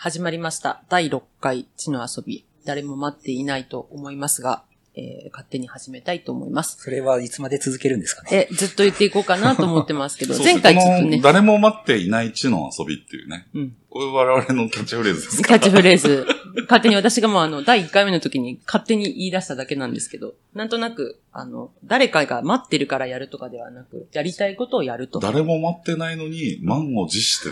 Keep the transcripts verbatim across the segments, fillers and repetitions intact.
始まりましただいろっかい知の遊び。誰も待っていないと思いますが、えー、勝手に始めたいと思います。 それはいつまで続けるんですかね。 え、ずっと言っていこうかなと思ってますけど、 そう前回ちょっとね。 誰も待っていない知の遊びっていうね。 うん。 これ我々のキャッチフレーズですか？ キャッチフレーズ。勝手に私がもうあの、だいいっかいめの時に勝手に言い出しただけなんですけど、なんとなく、あの、誰かが待ってるからやるとかではなく、やりたいことをやると。 誰も待ってないのに、満を持して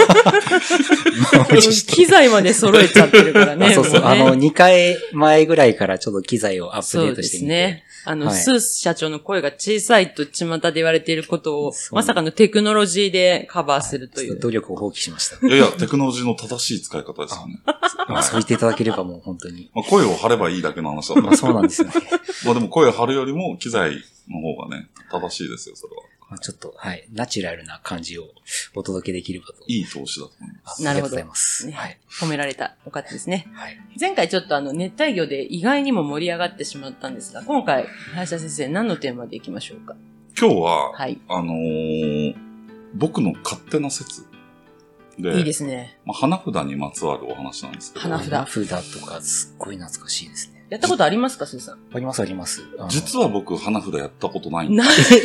る。機材まで揃えちゃってるからね。 そうそう、 ねあの、にかいまえぐらいからちょっと機材をアップデートしてみて。そうですね。 あの、 はい、 スース社長の声が小さいと巷で言われていることを、まさかのテクノロジーでカバーするという。 努力を放棄しました。 いやいや、テクノロジーの正しい使い方ですよね。 まあ、そう言っていただければもう本当に。 まあ、声を張ればいいだけの話だった。 まあ、そうなんですよね。 まあでも声を張るよりも機材の方がね、正しいですよ、それは。 まあ、ちょっと、はい、ナチュラルな感じをお届けできればと。 いい投資だと思います。 なるほど。 ありがとうございます。 ね、 はい。 褒められた。よかったですね。 はい。 前回ちょっとあの、熱帯魚で意外にも盛り上がってしまったんですが、今回、林田先生、何のテーマでいきましょうか？ 今日は、 はい。 あのー、僕の勝手な説で。 いいですね。 まあ、花札にまつわるお話なんですけど。 花札。 花札とかすっごい懐かしいですね。 やったことありますか、スーさん？ ありますあります。 実は僕、花札やったことないんです。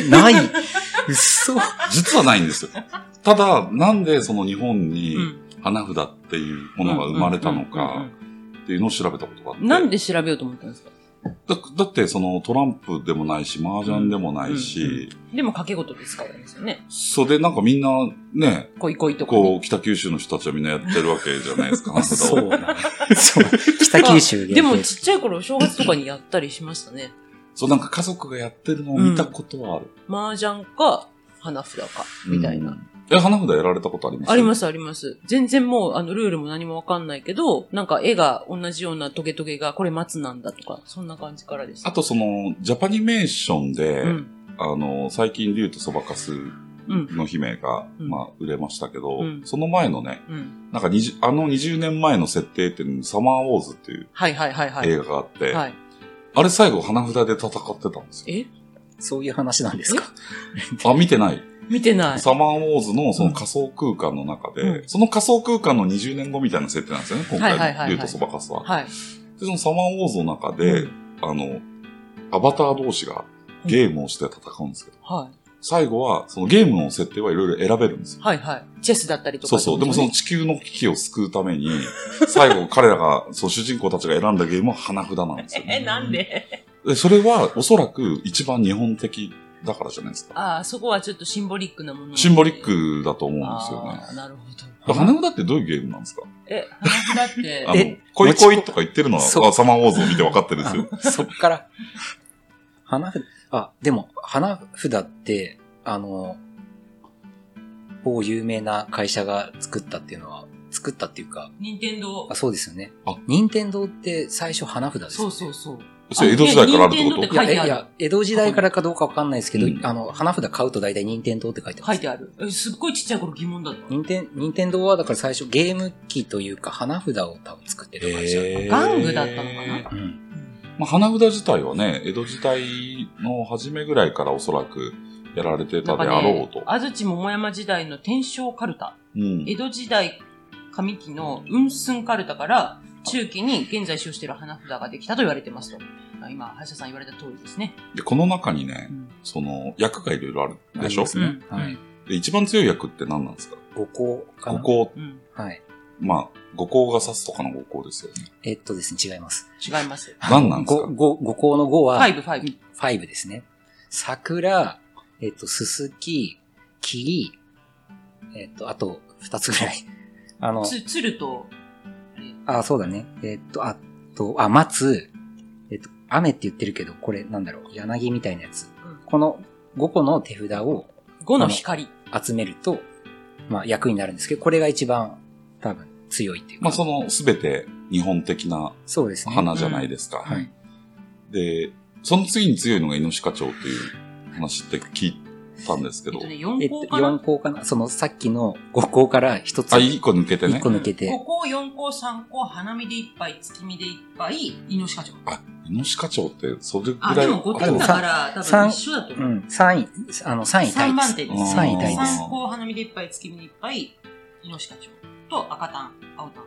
ない、ない。嘘。 実はないんですよ。ただ、なんでその日本に花札っていうものが生まれたのかっていうのを調べたことがあって。 なんで調べようと思ったんですか？ だ, だってそのトランプでもないし、麻雀でもないし。うんうんうん、でも掛け事で使われますよね。 そうで、なんかみんなね、 恋恋とか、ね、 こう、北九州の人たちはみんなやってるわけじゃないですか、花札を。 そうな。そう。北九州でもちっちゃい頃、お正月とかにやったりしましたね。 そう、なんか家族がやってるのを見たことはある。 うん、麻雀か、花札か、みたいな。うんえ、花札やられたことあります？ ありますあります。全然もう、あの、ルールも何もわかんないけど、なんか絵が同じようなトゲトゲが、これ松なんだとか、そんな感じからでした。 あとその、ジャパニメーションで、うん、あの、最近竜とそばかすの姫が、うん、まあ、売れましたけど、うん、その前のね、うん、なんかにじゅう、あのにじゅうねんまえの設定っていうのにサマーウォーズっていうはいはいはいはい。 映画があって、 はい、 あれ最後花札で戦ってたんですよ。 え？ そういう話なんですか？ あ、見てない。 見てない。 サマーウォーズのその仮想空間の中で、うん、その仮想空間のにじゅうねんごみたいな設定なんですよね、今回の竜とそばかすは。 はい。 で、そのサマーウォーズの中で、うん、あの、アバター同士がゲームをして戦うんですけど、 うん、はい。 最後は、そのゲームの設定はいろいろ選べるんですよ。 はいはい。チェスだったりとか、 そうそう。でもその地球の危機を救うために、最後彼らが、そう主人公たちが選んだゲームは花札なんですよ、ね。 え、なんで？ で、それはおそらく一番日本的だからじゃないですか。 ああ、そこはちょっとシンボリックなもの。 シンボリックだと思うんですよね。 ああ、なるほど。 花札ってどういうゲームなんですか？ え、花札って。 あの、恋恋とか言ってるのはサマーウォーズを見て分かってるんですよ。 そっから。花札、あ、でも、花札って、あの、某有名な会社が作ったっていうのは、作ったっていうか。 任天堂。 あ、そうですよね。あ、任天堂って最初花札ですよね。そうそうそう。 それ江戸時代からあるってこと？ いや、いや、江戸時代からかどうかわかんないですけど、うん、あの、花札買うと大体任天堂って書いてます。 書いてある。え、すっごいちっちゃい頃疑問だった。 任天、任天堂はだから最初ゲーム機というか花札を多分作ってる会社。 玩具だったのかな？ うん。 まあ、花札自体はね、江戸時代の初めぐらいからおそらくやられてたであろうと。 安土桃山時代の天正カルタ。 うん、 江戸時代上期の雲寸カルタから中期に現在使用している花札ができたと言われてますと。今、林田さん言われた通りですね。 で、この中にね、うん、その、役がいろいろあるでしょ？ うん、はい。 で、一番強い役って何なんですか？ 五行かな。 五行。 うん、はい。 まあ、五行が指すとかの五行ですよね。 えっとですね、違います。 違います。 何なんですか？ 五、五行の五は、 ファイブ、ファイブ。 ファイブですね。桜、えっと、すすき、霧、えっと、あと、二つぐらい。あの、 つ、つると、 あ、そうだね。えっと、あと、あ、松、えっと、雨って言ってるけど、これなんだろう、柳みたいなやつ。うん、このごこの手札を、 ごの光。 集めると、まあ役になるんですけど、これが一番多分強いっていうか。 まあそのすべて日本的な花じゃないですか。 うん、はい。 で、その次に強いのがイノシカチョウっていう話って聞いたんですけど。 えっとね、よんこうかな、 えっと、よんこうかなそのさっきのごこうからひとつ。 あ、いっこ抜けてね。 いっこ抜けて。 ごこう、よんこう、さんこう、花見でいっぱい、月見でいっぱい、イノシカチョウ。 あ、イノシカチョウってそれぐらい。 あ、でもごてんだから多分一緒だと思う。 うん、さんい、あの、さんいタイツ。 さんばん手です。 さんいタイツ。 さんこう、花見でいっぱい、月見でいっぱい、イノシカチョウと赤タン、青タン。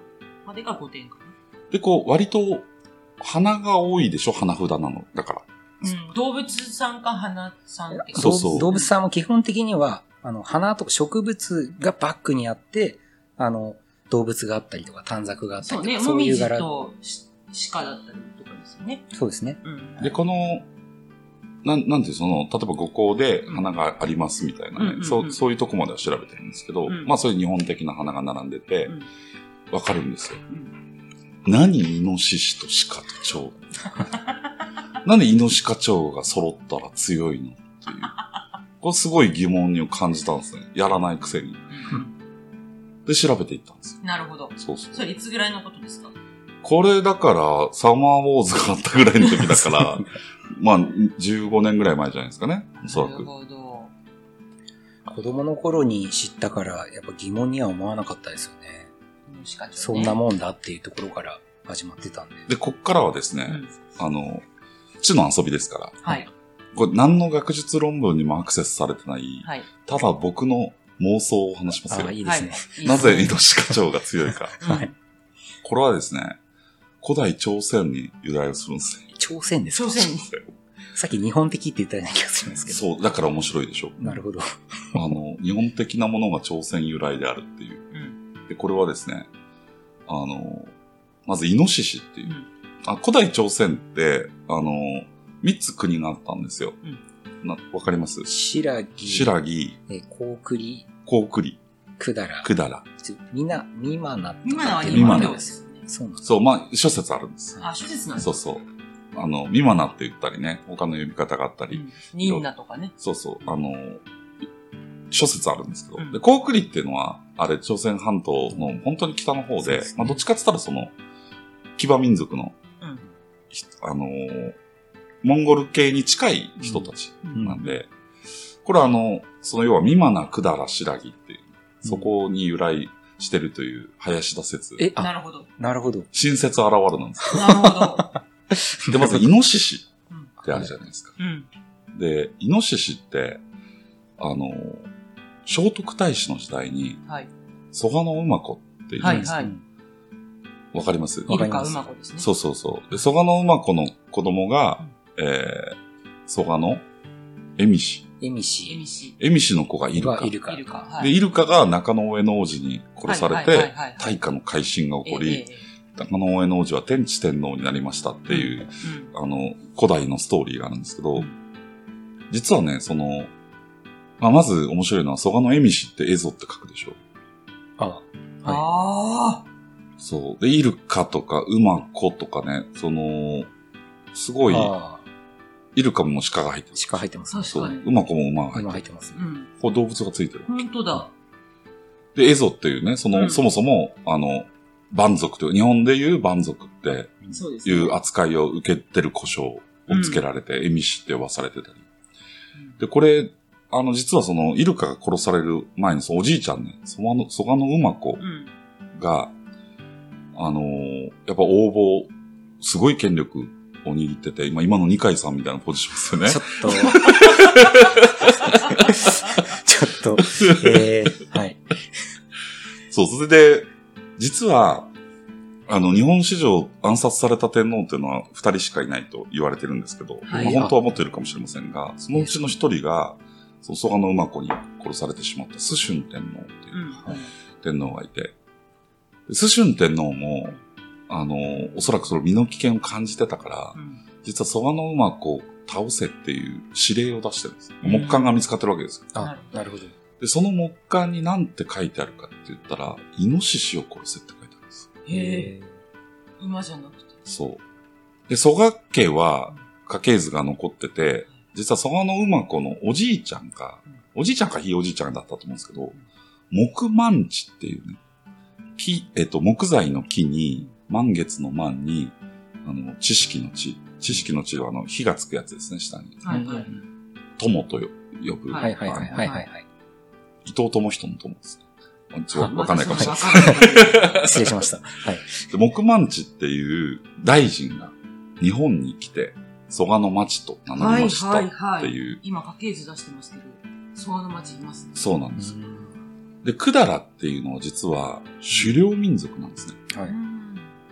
までがごてんかな。 で、こう、割と、花が多いでしょ、花札なの。だから。 うん。動物さんか花さんって。 そうそう。 動物さんも基本的には、あの、花とか植物がバックにあって、あの、動物があったりとか、短冊があったりとか、 そうね、 そういう柄。 もみじと鹿だったりとかですよね。 そうですね。 うん。 で、この、なん、なんていう、その、例えば五香で花がありますみたいなね、うん、そう、そういうとこまでは調べてるんですけど、うん、まあそういう日本的な花が並んでて、わ、うん、かるんですよ。うん、何イノシシと鹿と蝶なんでイノシカ蝶が揃ったら強いのっていう。これすごい疑問を感じたんですね。やらないくせに。うん、で、調べていったんですよ。 なるほど。 そうそう。 それいつぐらいのことですか？ これだから、サマーウォーズがあったぐらいの時だから、まあ、じゅうごねんぐらい前じゃないですかね、おそらく。 なるほど。 子供の頃に知ったから、やっぱ疑問には思わなかったですよね。 しかしね、 そんなもんだっていうところから始まってたんで。 で、こっからはですね、うん、あの、知の遊びですから。 はい。 これ何の学術論文にもアクセスされてない、はい、ただ僕の妄想を話しますよ。 あ、いいですね。 はい、なぜイノシカ蝶が強いか。 はい。 これはですね、古代朝鮮に由来をするんですね。 朝鮮ですか？ 朝鮮に。 さっき日本的って言ったような気がするんですけど。 そう、だから面白いでしょ。 なるほど。 あの、日本的なものが朝鮮由来であるっていう。うん、で、これはですね、あの、まずイノシシっていう。うん、あ、古代朝鮮って、あの、三つ国があったんですよ。うん、な、わかります？ 白木。 白木。 え、高栗。 高栗。 くだら。 くだら。 みな、みまな。 みまなは日本領です。 そうなんです。 そう、まあ、諸説あるんです。 あ、諸説なんです。 そうそう。あの、ミマナって言ったりね、他の呼び方があったり。うん、 ニンナとかね。 そうそう。あの、諸説あるんですけど。うん、で、高栗っていうのは、あれ、朝鮮半島の本当に北の方で、でね、まあ、どっちかって言ったらその、騎馬民族の、うん、あの、モンゴル系に近い人たちなんで、うんうん、これはあの、その要はミマナ、クダラ、シラギっていう、そこに由来してるという林田説。 え、 なるほど。 なるほど。 新説現るなんですよ。なるほど。 で、まず、イノシシってあるじゃないですか。うん、で、イノシシって、あの、聖徳太子の時代に、はい、蘇我馬子って言うんですか。はいはい。わかります？ イルカ馬子ですね。 そうそうそう。で、蘇我馬子の子供が、うん、えー、蘇我のエミシ。 エミシ。 エミシ。 エミシの子がイルカ。 イルカ。 イルカ。 はい、で、イルカが中野上の王子に殺されて、大化の改新が起こり、えー、中野上の王子は天智天皇になりましたっていう、うん、あの、古代のストーリーがあるんですけど、うん、実はね、その、まあ、まず面白いのは、蘇我のエミシってエゾって書くでしょ。 ああ。はい、 ああ。 そう。で、イルカとか馬子とかね、その、すごい、イルカも鹿が入ってます。 鹿入ってます。 そう。馬子も馬が入ってます。 馬入ってます。 うん。 これ動物がついてる。 本当だ。 で、エゾっていうね、その、うん、そもそも、あの、蛮族という、日本でいう蛮族っていう扱いを受けてる呼称をつけられて、うん、エミシって呼ばされてたり。うん、で、これ、あの、実はその、イルカが殺される前に、そのおじいちゃんね、蘇我の、蘇我の馬子が、うん、あのー、やっぱ応募、すごい権力を握ってて、今、今の二階さんみたいなポジションですよね。 ちょっと。ちょっと、えー、はい。 そう、それで、実は、あの、日本史上暗殺された天皇っていうのは二人しかいないと言われてるんですけど、はい、まあ、本当はもっといるかもしれませんが、そのうちの一人が、その蘇我の馬子に殺されてしまった蘇春天皇っていう、うん、天皇がいて、蘇春天皇も、あの、おそらくその身の危険を感じてたから、うん、実は蘇我の馬子を倒せっていう指令を出してるんです。うん、木簡が見つかってるわけですよ。 あ、なるほど。 で、その木簡に何て書いてあるかって言ったら、イノシシを殺せって書いてあるんです。 へー。馬じゃなくて。 そう。で、蘇我家は家系図が残ってて、実は蘇我の馬子のおじいちゃんが、おじいちゃんかひいおじいちゃんだったと思うんですけど、木満地っていうね、木、えっと、木材の木に、満月の満に、あの、知識の知。知識の知は、あの、火がつくやつですね、下に。はいはい。友と呼ぶ。 はいはいはいはいはい。 伊藤智人の友ですね。ちょっとわかんないかもしれない。 失礼しました。はい。 で、木満地っていう大臣が日本に来て、蘇我の町と名乗りましたっていう。はいはいはい、 今家系図出してますけど、蘇我の町いますね。 そうなんです。で、百済っていうのは実は狩猟民族なんですね。 はい。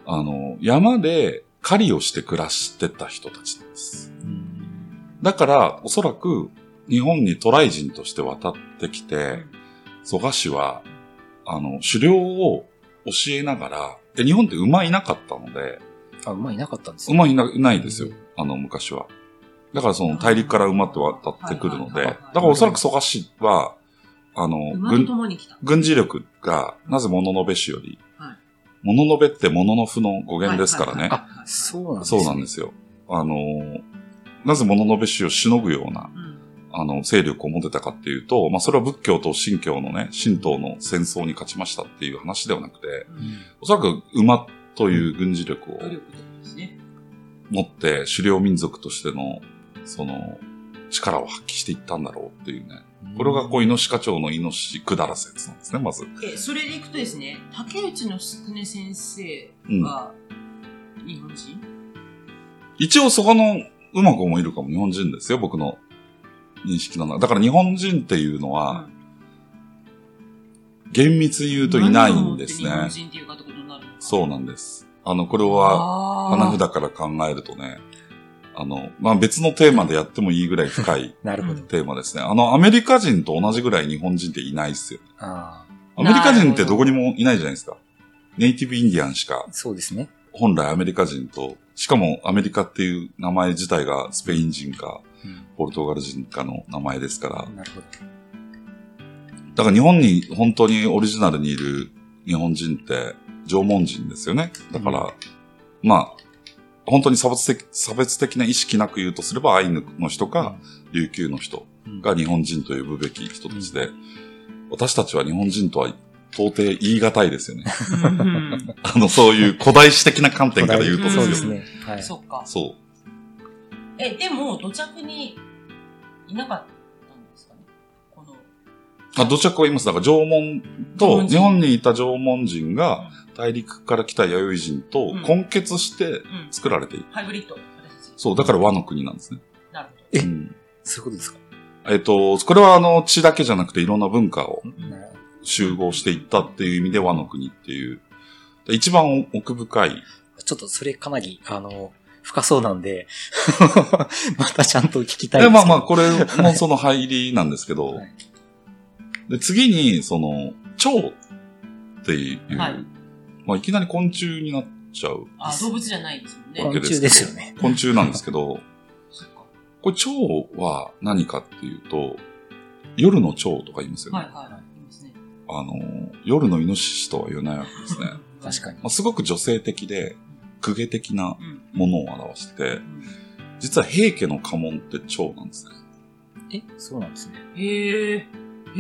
あの、山で狩りをして暮らしてた人たちなんです。だから、おそらく、日本に渡来人として渡ってきて、蘇我氏は、あの、狩猟を教えながら、で、日本って馬いなかったので、 あ、馬いなかったんですか？ 馬いな、いないですよ。あの、昔は。だからその大陸から馬って渡ってくるので、だからおそらく蘇我氏は、あの、軍、軍事力が、なぜ物部氏より、物部って物の符の語源ですからね。 あ、そうなんですね。 そうなんですよ。あの、なぜ物部氏をしのぐような、あの、勢力を持てたかっていうと、まあ、それは仏教と神教のね、神道の戦争に勝ちましたっていう話ではなくて、うん、おそらく馬という軍事力を持って狩猟民族としての、その、力を発揮していったんだろうっていうね。これがこう、イノシカ朝のイノシクダラ説なんですね、まず。 え、それでいくとですね、竹内のすくね先生は、日本人、うん、 一応そこの馬子もいるかも日本人ですよ、僕の認識なの。だから日本人っていうのは、うん、厳密に言うといないんですね。 日本人っていうかってことになるのか。 そうなんです。あの、これは、花札から考えるとね、あの、まあ、別のテーマでやってもいいぐらい深いなるほどテーマですね。あの、アメリカ人と同じぐらい日本人っていないっすよ。あアメリカ人ってどこにもいないじゃないですか。ネイティブインディアンしか。 そうですね。 本来アメリカ人と、しかもアメリカっていう名前自体がスペイン人か、うん、ポルトガル人かの名前ですから。 なるほど。 だから日本に本当にオリジナルにいる日本人って縄文人ですよね。だから、うん、まあ、本当に差別的、差別的な意識なく言うとすればアイヌの人か、うん、琉球の人が日本人と呼ぶべき人たちで、うん、私たちは日本人とは到底言い難いですよね。あの、そういう古代史的な観点から言うとそうですね。はい。 そっか。 そう。 え、でも、土着にいなかったんですかね？この。 あ、土着はいます。だから縄文と、日本にいた縄文人が、大陸から来た弥生人と混血して作られている。 うんうん、ハイブリッド。 そう、だから和の国なんですね。 なるほど。 え、うん、そういうことですか？ えっと、これはあの、血だけじゃなくていろんな文化を集合していったっていう意味で和の国っていう。一番奥深い。 ちょっとそれかなり、あの、深そうなんで、またちゃんと聞きたいですけど。 まあまあ、これもその入りなんですけど、はい、で次に、その、蝶っていう、はい、まあ、いきなり昆虫になっちゃう。 あ、動物じゃないですもんね。 昆虫ですよね。 昆虫なんですけど、これ蝶は何かっていうと、夜の蝶とか言いますよね。はいはいはい。言いますね。あの、夜のイノシシとは言えないわけですね。 確かに。 まあ、すごく女性的で、公家的なものを表してて、うん、実は平家の家紋って蝶なんですね。 え、そうなんですね。 へえ。え、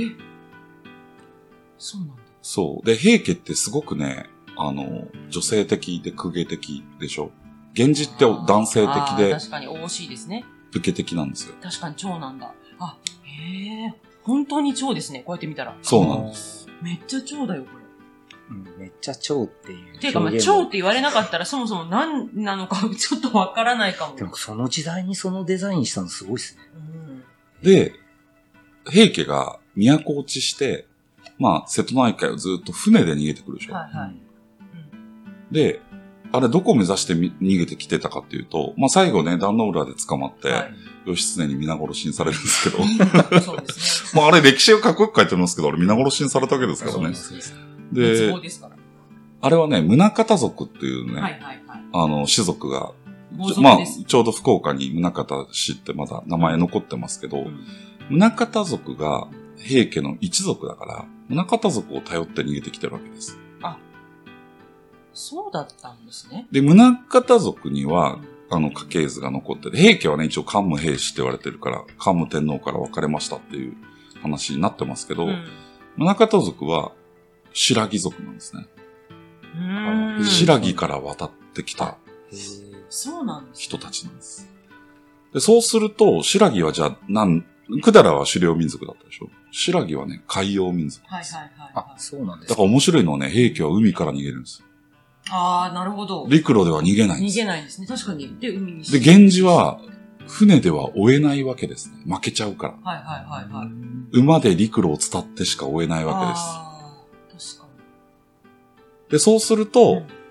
そうなんだ。 そう。で、平家ってすごくね、あの、女性的で公家的でしょ。源氏って男性的で。 確かに、惜しいですね。 武家的なんですよ。 確かに蝶なんだ。あ、へえ。本当に蝶ですね。こうやって見たら。 そうなんです。 めっちゃ蝶だよ、これ。 うん、めっちゃ蝶っていう。 ていうか、まあ、蝶って言われなかったら、そもそも何なのかちょっとわからないかも。 でも、その時代にそのデザインしたのすごいですね。 うん、で、平家が都落ちして、まあ、瀬戸内海をずっと船で逃げてくるでしょ。はいはい。うん、で、あれどこを目指して逃げてきてたかっていうと、まあ最後ね、壇ノ浦で捕まって、はい、義経に皆殺しにされるんですけど。そうですね。まああれ歴史がかっこよく書いてますけど、あれ皆殺しにされたわけですからね。そうです。で、であれはね、宗像族っていうね、はいはいはい、あの、氏族が、まあ、ちょうど福岡に宗像氏ってまだ名前残ってますけど、うん、宗像族が平家の一族だから、宗像族を頼って逃げてきてるわけです。 あ、そうだったんですね。 で、宗像族には、あの、家系図が残ってて、平家はね、一応桓武平氏って言われてるから、桓武天皇から分かれましたっていう話になってますけど、うん、宗像族は、白木族なんですね。白木から渡ってきた人たちなんです。で、そうすると、白木はじゃあ、なん、百済は狩猟民族だったでしょ。白木はね、海洋民族です。はいはいはい、はい。 あ、そうなんですだから面白いのはね、平家は海から逃げるんですよ。 ああ、なるほど。 陸路では逃げないんです。 逃げないですね。確かに。で、海にで、源氏は、船では追えないわけですね。負けちゃうから。 はいはいはいはい。 馬で陸路を伝ってしか追えないわけです。 ああ、確かに。 で、そうすると、うん、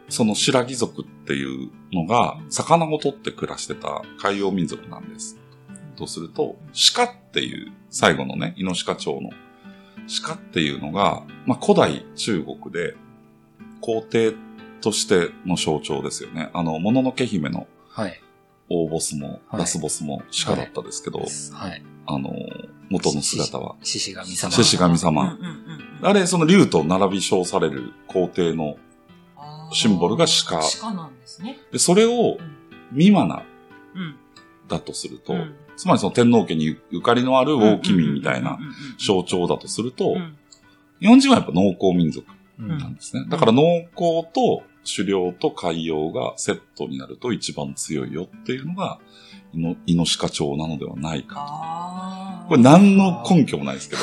その白木族っていうのが、魚を取って暮らしてた海洋民族なんです。とすると、鹿っていう、最後のね、イノシカ朝の鹿っていうのが、まあ、古代中国で皇帝としての象徴ですよね。あの、もののけ姫の大ボスも、はい、ラスボスも鹿だったですけど、はいはい、あの、元の姿は。 獅子神様。 獅子神様。あれ、その竜と並び称される皇帝のシンボルが鹿。 鹿なんですね。 で、それを、ミマナだとすると、うん、つまりその天皇家にゆかりのある王貴民みたいな象徴だとすると、日本人はやっぱ農耕民族なんですね。うん、だから農耕と狩猟と海洋がセットになると一番強いよっていうのが、イノ、イノシカ朝なのではないかと。これ何の根拠もないですけど。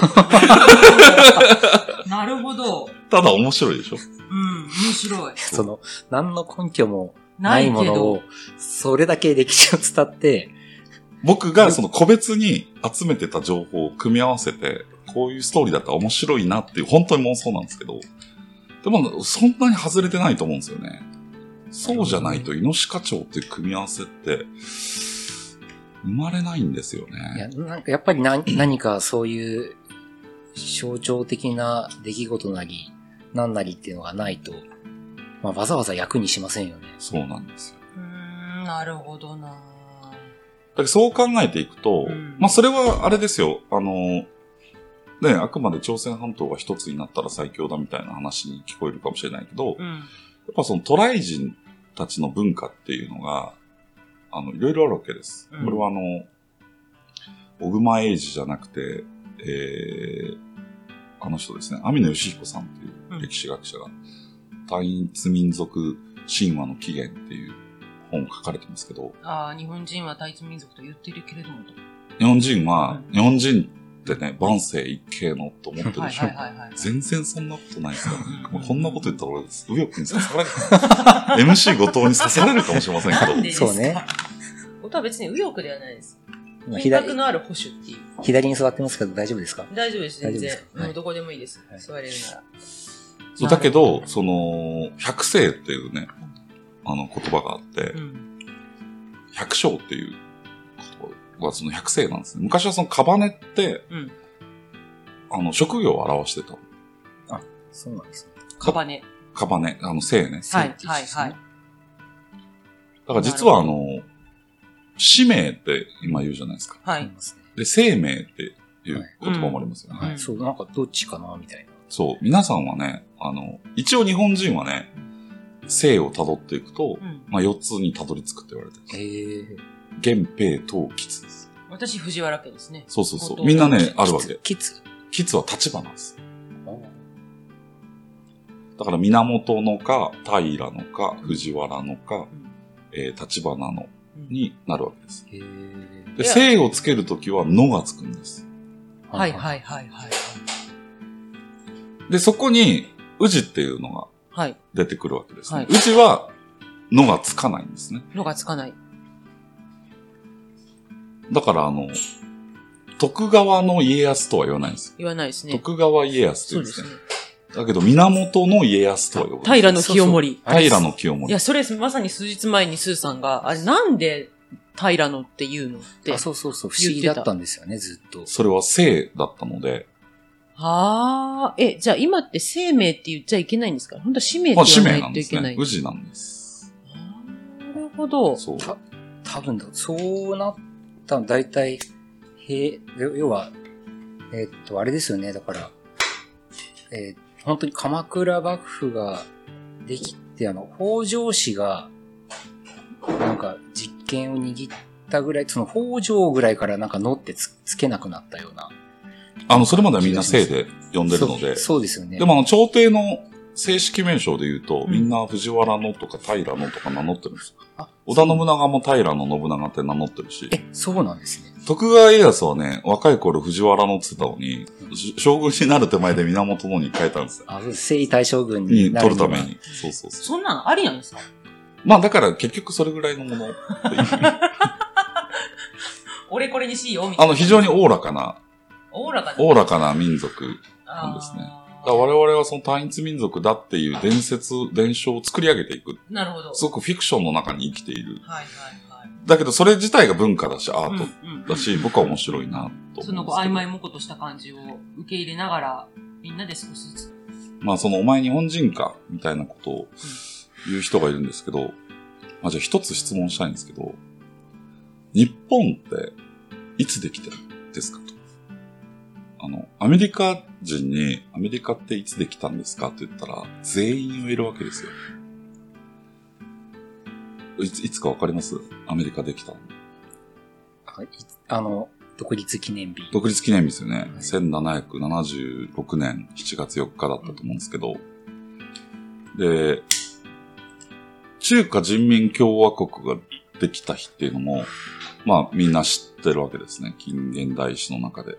なるほど。 ただ面白いでしょ。 うん、面白い。 その、何の根拠もないものを、それだけ歴史を伝って、 僕がその個別に集めてた情報を組み合わせて、こういうストーリーだったら面白いなっていう、本当に妄想なんですけど、でもそんなに外れてないと思うんですよね。そうじゃないと、イノシカ朝っていう組み合わせって、生まれないんですよね。 いや、なんかやっぱり何何かそういう象徴的な出来事なり、何なりっていうのがないと、まあ、わざわざ役にしませんよね。 そうなんですよ。 うーん、なるほどな。だけどそう考えていくと、うん、まあそれはあれですよ、あの、ね、あくまで朝鮮半島が一つになったら最強だみたいな話に聞こえるかもしれないけど、うん、やっぱその渡来人たちの文化っていうのが、あの、いろいろあるわけです。うん、これはあの、小熊英治じゃなくて、えー、あの人ですね、網野義彦さんっていう歴史学者が、うん、単一民族神話の起源っていう本を書かれてますけど。 ああ、日本人は単一民族と言ってるけれどもと。 日本人は、うん、日本人ってね、万世一系のと思ってるでしょ。全然そんなことないですからね。もうこんなこと言ったら俺、右翼に刺される。エムシー 後藤に刺されるかもしれませんけど。 なんでですか？ そうね。 後藤は別に右翼ではないです。品格のある保守っていう。 左に座ってますけど大丈夫ですか？ 大丈夫です、全然。もうどこでもいいです。はい、座れるなら。 そう、だけど、その、百姓っていうね、あの言葉があって、うん、百姓っていう言葉はその百姓なんですね。昔はそのカバネって、うん、あの、職業を表してた。 あ、そうなんですね。 カバネ。 カバネ、あの、姓ね。 はい、はい、はい。だから実はあの、使命って今言うじゃないですか。 はい。 で、生命っていう言葉もありますよね。 はい。はい、そう、なんかどっちかなみたいな。 そう、皆さんはね、あの、一応日本人はね、生を辿っていくと、うん、まあ四つに辿り着くって言われてる。 へえ。 源平東吉です。 私藤原家ですね。 そうそうそう。みんなね、あるわけ。 吉吉は立花です。だから源のか、平のか、藤原のか、うん、えー、立花のになるわけです。へー。で、生をつけるときはのがつくんです。 はいはいはいはい。 で、そこに、宇治っていうのが出てくるわけですね。 はい、 宇治は、のがつかないんですね。 のがつかない。 だからあの、徳川の家康とは言わないんです。 言わないですね。 徳川家康って言うんですね。そうですね。だけど、源の家康とは呼ぶ。 平の清盛。 そうそう平の清盛。 いや、それまさに数日前にスーさんが、あれなんで平のって言うのって。 あ、そうそうそう。不思議だったんですよね、ずっと。 それは生だったので。 はあ。え、じゃあ今って生命って言っちゃいけないんですか？本当は使命って言わないといけない。 宇治なんです。 なるほど。 そう。 た、多分だ。そうなったの、だいたい、へ要は、えー、っと、あれですよね。だから、えー本当に鎌倉幕府ができて、あの、北条氏が、なんか実権を握ったぐらい、その北条ぐらいからなんかのってつ、つけなくなったような。 あの、それまではみんな姓で呼んでるので。 そう、そうですよね。 でもあの、朝廷の正式名称で言うと、うん、みんな藤原のとか平のとか名乗ってるんですよ。織田信長も平の信長って名乗ってるし。 え、そうなんですね。 徳川家康はね、若い頃藤原のって言ったのに、将軍になる手前で源のに変えたんですよ。 あ、征夷大将軍になるに取るために。そうそうそう。 そんなのありなんですか？ まあだから結局それぐらいのものっていう。 俺これにしようみたいな。 あの非常におおらかな、 おおらかな、 おおらかな民族なんですね。 だから我々はその単一民族だっていう伝説、伝承を作り上げていく。 なるほど。 すごくフィクションの中に生きている。 はいはいはい。 だけどそれ自体が文化だし、アートだし、うんうん、僕は面白いなと思うんですけど。 その曖昧もことした感じを受け入れながら、みんなで少しずつ。 まあそのお前日本人か、みたいなことを言う人がいるんですけど、まあじゃあ一つ質問したいんですけど、日本っていつできてるんですかと。あの、アメリカ人に、アメリカっていつできたんですかって言ったら、全員言えるわけですよ。いつ、いつかわかります？アメリカできたの。 あ、あの、独立記念日。 独立記念日ですよね。はい、せんななひゃくななじゅうろくねんしちがつよっかだったと思うんですけど、で、中華人民共和国ができた日っていうのも、まあみんな知ってるわけですね。近現代史の中で。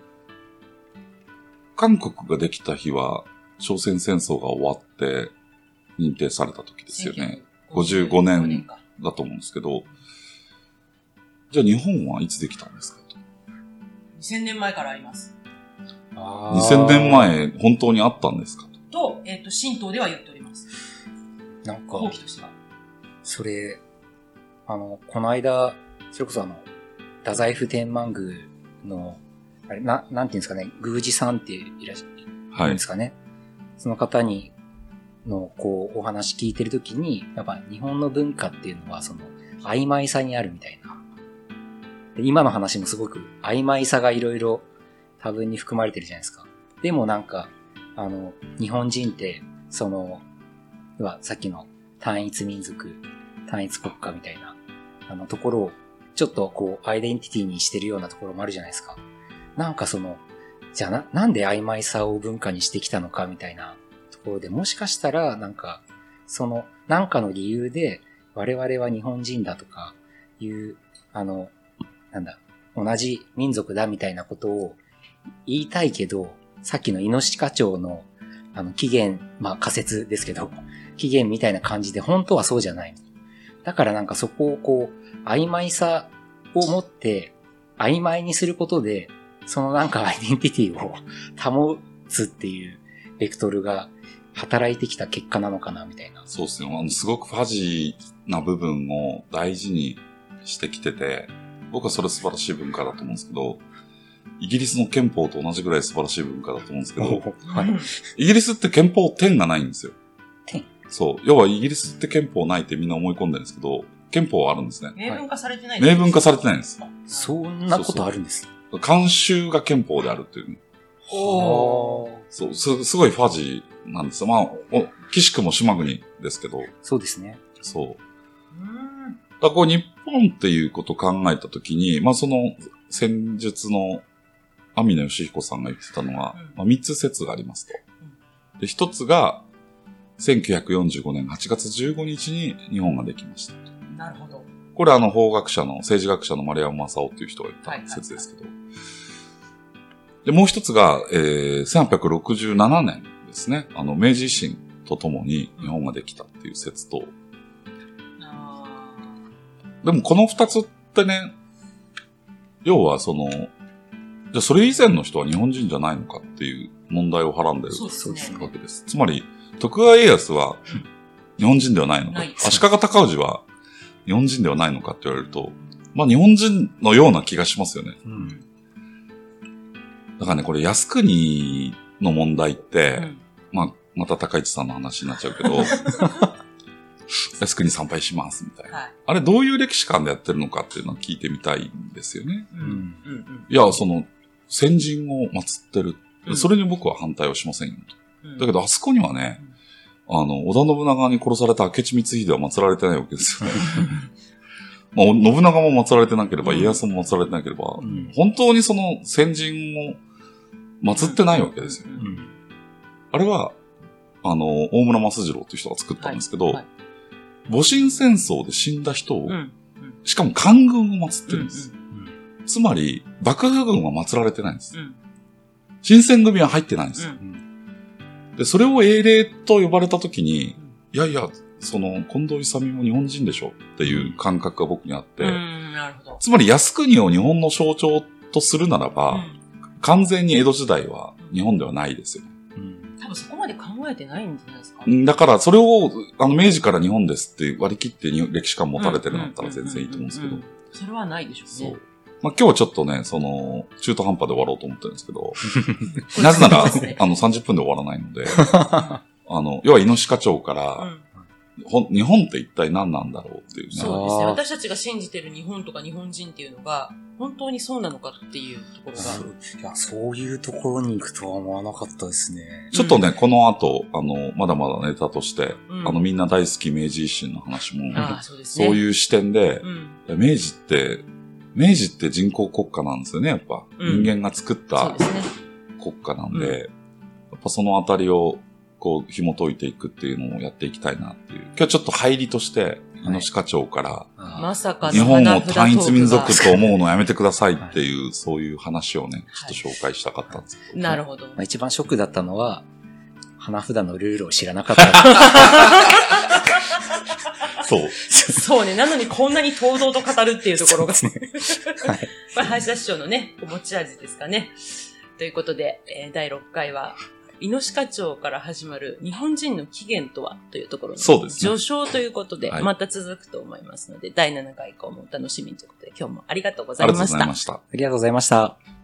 韓国ができた日は、朝鮮戦争が終わって認定された時ですよね。ごじゅうごねんだと思うんですけど、じゃあ日本はいつできたんですかと。 にせんねんまえからあります。 あにせんねんまえ本当にあったんですかと。と、えっ、ー、と、神道では言っております。 なんか、 後期としては。 それ、あの、この間、それこそあの、太宰府天満宮の、あれ、な、なんていうんですかね、宮司さんっていらっしゃるんですかね。はい、その方に、の、こう、お話聞いてるときに、やっぱ日本の文化っていうのは、その、曖昧さにあるみたいな。で今の話もすごく曖昧さがいろいろ多分に含まれてるじゃないですか。でもなんか、あの、日本人って、その、さっきの単一民族、単一国家みたいな、あのところを、ちょっとこう、アイデンティティにしてるようなところもあるじゃないですか。なんかその、じゃあな、なんで曖昧さを文化にしてきたのかみたいなところで、もしかしたら、なんか、その、なんかの理由で、我々は日本人だとか、いう、あの、なんだ、同じ民族だみたいなことを言いたいけど、さっきのイノシシ課長の、あの、起源、まあ仮説ですけど、起源みたいな感じで、本当はそうじゃない。だからなんかそこをこう、曖昧さを持って、曖昧にすることで、そのなんかアイデンティティを保つっていうベクトルが働いてきた結果なのかなみたいな。 そうですね。あの、すごくファジーな部分を大事にしてきてて、僕はそれ素晴らしい文化だと思うんですけど、イギリスの憲法と同じぐらい素晴らしい文化だと思うんですけど、はい、イギリスって憲法点がないんですよ。 点？ そう。要はイギリスって憲法ないってみんな思い込んでるんですけど、憲法はあるんですね。 明文化されてない、 はい、明文化されてないんです。 そんなことあるんですか？ そうそう。慣習が憲法であるっていうね。 おー。 そうす、すごいファジーなんですよ。まあ、岸くも島国ですけど。 そうですね。 そう。うーんだこう日本っていうことを考えたときに、まあその戦術の網野義彦さんが言ってたのは、うんまあ、みっつ説がありますと。で、ひとつがせんきゅうひゃくよんじゅうごねんはちがつじゅうごにちに日本ができましたと。 なるほど。 これあの法学者の政治学者の丸山正夫っていう人が言った説ですけど。はいはいはい、で、もう一つが、えー、せんはっぴゃくろくじゅうななねんですね。あの明治維新とともに日本ができたっていう説と、でもこの二つってね、要はその、じゃあそれ以前の人は日本人じゃないのかっていう問題をはらんでるわけです。つまり、徳川家康は日本人ではないのか、足利尊氏は日本人ではないのかって言われると、まあ日本人のような気がしますよね。うん、だからね、これ靖国の問題って、うん、まあ、また高市さんの話になっちゃうけど、靖国参拝しますみたいな、はい。あれどういう歴史観でやってるのかっていうのを聞いてみたいんですよね。うんうん、いや、その、先人を祀ってる、うん。それに僕は反対はしませんよと、うん。だけどあそこにはね、うん、あの、織田信長に殺された明智光秀は祀られてないわけですよね。まあ、信長も祀られてなければ、家康も祀られてなければ、うん、本当にその先人を祀ってないわけですよ。うんうん、あれは、あの、大村益次郎という人が作ったんですけど、はいはい、戊辰戦争で死んだ人を、うんうん、しかも官軍を祀ってるんです、うんうん。つまり、幕府軍は祀られてないんです。うん、新選組は入ってないんですよ、うん。で、それを英霊と呼ばれたときに、うん、いやいや、その、近藤勇も日本人でしょっていう感覚が僕にあって、うん、なるほど。つまり靖国を日本の象徴とするならば、うん、完全に江戸時代は日本ではないですよね。うん、 多分そこまで考えてないんじゃないですか。 だからそれを、あの、明治から日本ですって割り切って歴史観持たれてるんだったら全然いいと思うんですけど。 それはないでしょうね。そう。 まあ、今日はちょっとね、その、中途半端で終わろうと思ってるんですけど、なぜなら、あの、さんじゅっぷんで終わらないので、あの、要は、猪鹿町から、うん日本って一体何なんだろうっていうね。 そうですね。私たちが信じてる日本とか日本人っていうのが、本当にそうなのかっていうところが。 いや、そういうところに行くとは思わなかったですね。 ちょっとね、うん、この後、あの、まだまだネタとして、うん、あの、みんな大好き明治維新の話も、 ああそうですね、 そういう視点で、うん、明治って、明治って人工国家なんですよね、やっぱ。人間が作った国家なんで、やっぱそのあたりを、こう、紐解いていくっていうのをやっていきたいなっていう。今日ちょっと入りとして、猪鹿町から、 まさか日本を単一民族と思うのやめてくださいっていう、はい、そういう話をね、ちょっと紹介したかったんですけど。 はい、なるほど。 まあ、一番ショックだったのは、花札のルールを知らなかった。 そう。 そうね。なのにこんなに堂々と語るっていうところが。はい。これ、林田市長のね、持ち味ですかね。ということで、えー、だいろっかいは、猪鹿町から始まる日本人の起源とはというところの序章ということでまた続くと思いますので、はい、だいななかい以降もお楽しみということで今日もありがとうございました。 ありがとうございました。 ありがとうございました。